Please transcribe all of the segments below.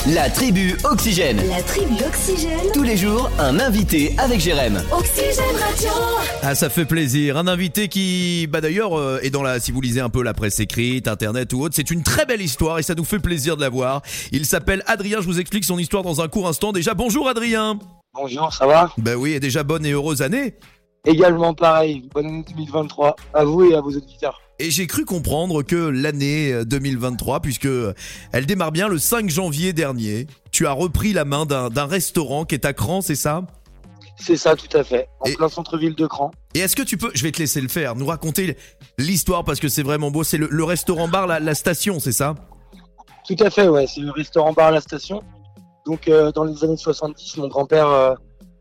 La tribu Oxygène. La tribu Oxygène. Tous les jours, un invité avec Jérém. Oxygène Radio. Ah, ça fait plaisir. Un invité qui, d'ailleurs, est dans si vous lisez un peu la presse écrite, internet ou autre, c'est une très belle histoire et ça nous fait plaisir de la voir. Il s'appelle Adrien, je vous explique son histoire dans un court instant. Déjà, bonjour Adrien. Bonjour, ça va ? Ben oui, et déjà bonne et heureuse année. Également pareil, bonne année 2023 à vous et à vos auditeurs. Et j'ai cru comprendre que l'année 2023, puisque elle démarre bien le 5 janvier dernier, tu as repris la main d'un restaurant qui est à Cran, c'est ça ? C'est ça, tout à fait, en plein centre-ville de Cran. Et est-ce que tu peux, je vais te laisser le faire, nous raconter l'histoire parce que c'est vraiment beau, c'est le restaurant-bar la Station, c'est ça ? Tout à fait, ouais, c'est le restaurant-bar La Station. Donc dans les années 70, mon grand-père,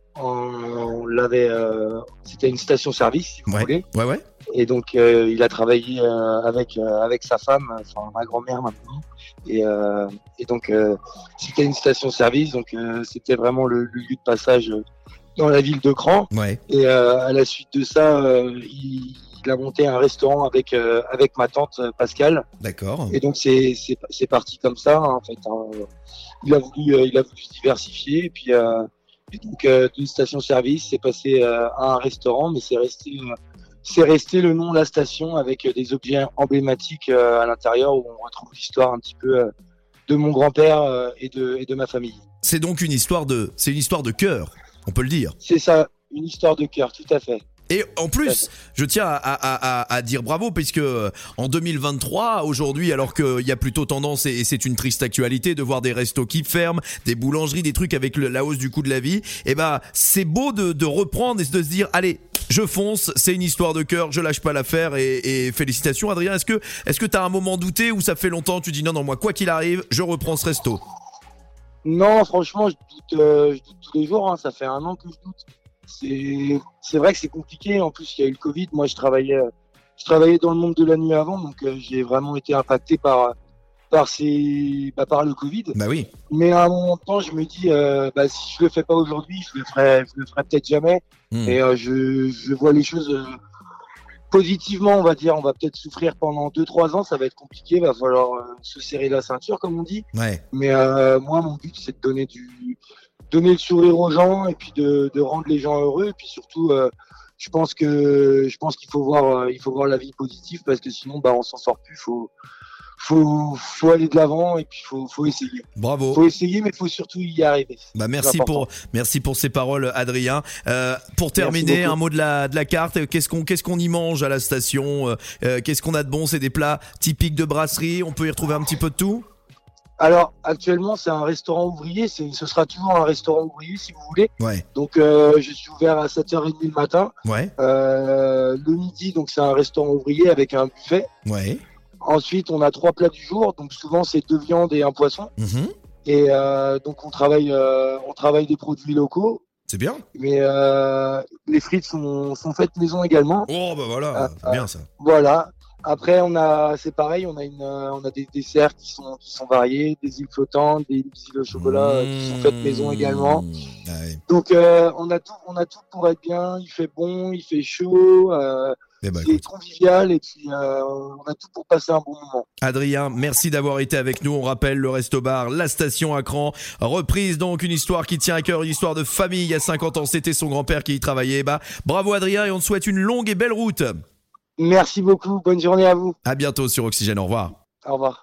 on l'avait, c'était une station-service, si vous voulez. Ouais. Et donc il a travaillé avec sa femme, enfin ma grand-mère maintenant. Et donc c'était une station-service, donc c'était vraiment le lieu de passage dans la ville de Cran. Ouais. Et à la suite de ça, il a monté un restaurant avec ma tante Pascal. D'accord. Et donc c'est parti comme ça, hein, en fait. Hein. Il a voulu se diversifier, et puis donc d'une station-service, c'est passé à un restaurant, mais c'est resté le nom La Station avec des objets emblématiques à l'intérieur où on retrouve l'histoire un petit peu de mon grand-père et de ma famille. C'est donc une histoire de cœur, on peut le dire. C'est ça, une histoire de cœur, tout à fait. Et en plus, je tiens à dire bravo puisque en 2023, aujourd'hui, alors qu'il y a plutôt tendance, et c'est une triste actualité, de voir des restos qui ferment, des boulangeries, des trucs avec la hausse du coût de la vie, et c'est beau de reprendre et de se dire, allez, je fonce, c'est une histoire de cœur, je lâche pas l'affaire et félicitations Adrien. Est-ce que t'as un moment douté où ça fait longtemps, tu dis non, moi quoi qu'il arrive, je reprends ce resto? Non, franchement, je doute tous les jours, hein, ça fait 1 an que je doute. C'est vrai que c'est compliqué. En plus, il y a eu le Covid. Moi, je travaillais dans le monde de la nuit avant, donc j'ai vraiment été impacté par le Covid. Bah oui. Mais à un moment de temps, je me dis, si je le fais pas aujourd'hui, je le ferai peut-être jamais. Et je vois les choses positivement, on va dire. On va peut-être souffrir pendant 2-3 ans. Ça va être compliqué. Va falloir se serrer la ceinture, comme on dit. Ouais. Mais moi, mon but, c'est de donner le sourire aux gens et puis de rendre les gens heureux. Et puis surtout, je pense qu'il faut voir la vie positive parce que sinon, on s'en sort plus. Faut aller de l'avant et puis faut essayer. Bravo. Faut essayer, mais faut surtout y arriver. Merci pour ces paroles, Adrien. Pour terminer, un mot de la carte. Qu'est-ce qu'on y mange à la station? Qu'est-ce qu'on a de bon? C'est des plats typiques de brasserie. On peut y retrouver un petit peu de tout? Alors, actuellement, c'est un restaurant ouvrier. Ce sera toujours un restaurant ouvrier, si vous voulez. Ouais. Donc, je suis ouvert à 7h30 le matin. Ouais. Le midi, donc, c'est un restaurant ouvrier avec un buffet. Ouais. Ensuite, on a 3 plats du jour. Donc, souvent, c'est 2 viandes et un poisson. Mmh. Et donc, on travaille des produits locaux. C'est bien. Mais les frites sont faites maison également. Oh, voilà. C'est bien, ça. Voilà. Après, c'est pareil, on a des desserts qui sont variés, des îles flottantes, des îles au chocolat qui sont faites maison également. Ouais. Donc, on a tout pour être bien. Il fait bon, il fait chaud, c'est convivial et puis on a tout pour passer un bon moment. Adrien, merci d'avoir été avec nous. On rappelle le resto-bar La Station à Cran. Reprise donc, une histoire qui tient à cœur, une histoire de famille. Il y a 50 ans, c'était son grand-père qui y travaillait. Bravo Adrien et on te souhaite une longue et belle route. Merci beaucoup, bonne journée à vous. À bientôt sur Oxygène, au revoir. Au revoir.